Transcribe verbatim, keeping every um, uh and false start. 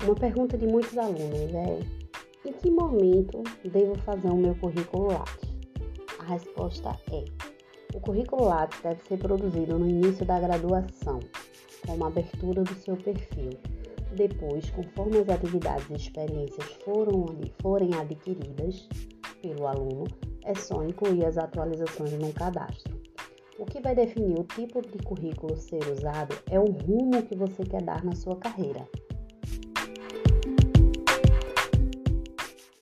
Uma pergunta de muitos alunos é: em que momento devo fazer o meu currículo Lattes? A resposta é: o currículo Lattes deve ser produzido no início da graduação, com uma abertura do seu perfil. Depois, conforme as atividades e experiências foram, forem adquiridas pelo aluno, é só incluir as atualizações no cadastro. O que vai definir o tipo de currículo ser usado é o rumo que você quer dar na sua carreira.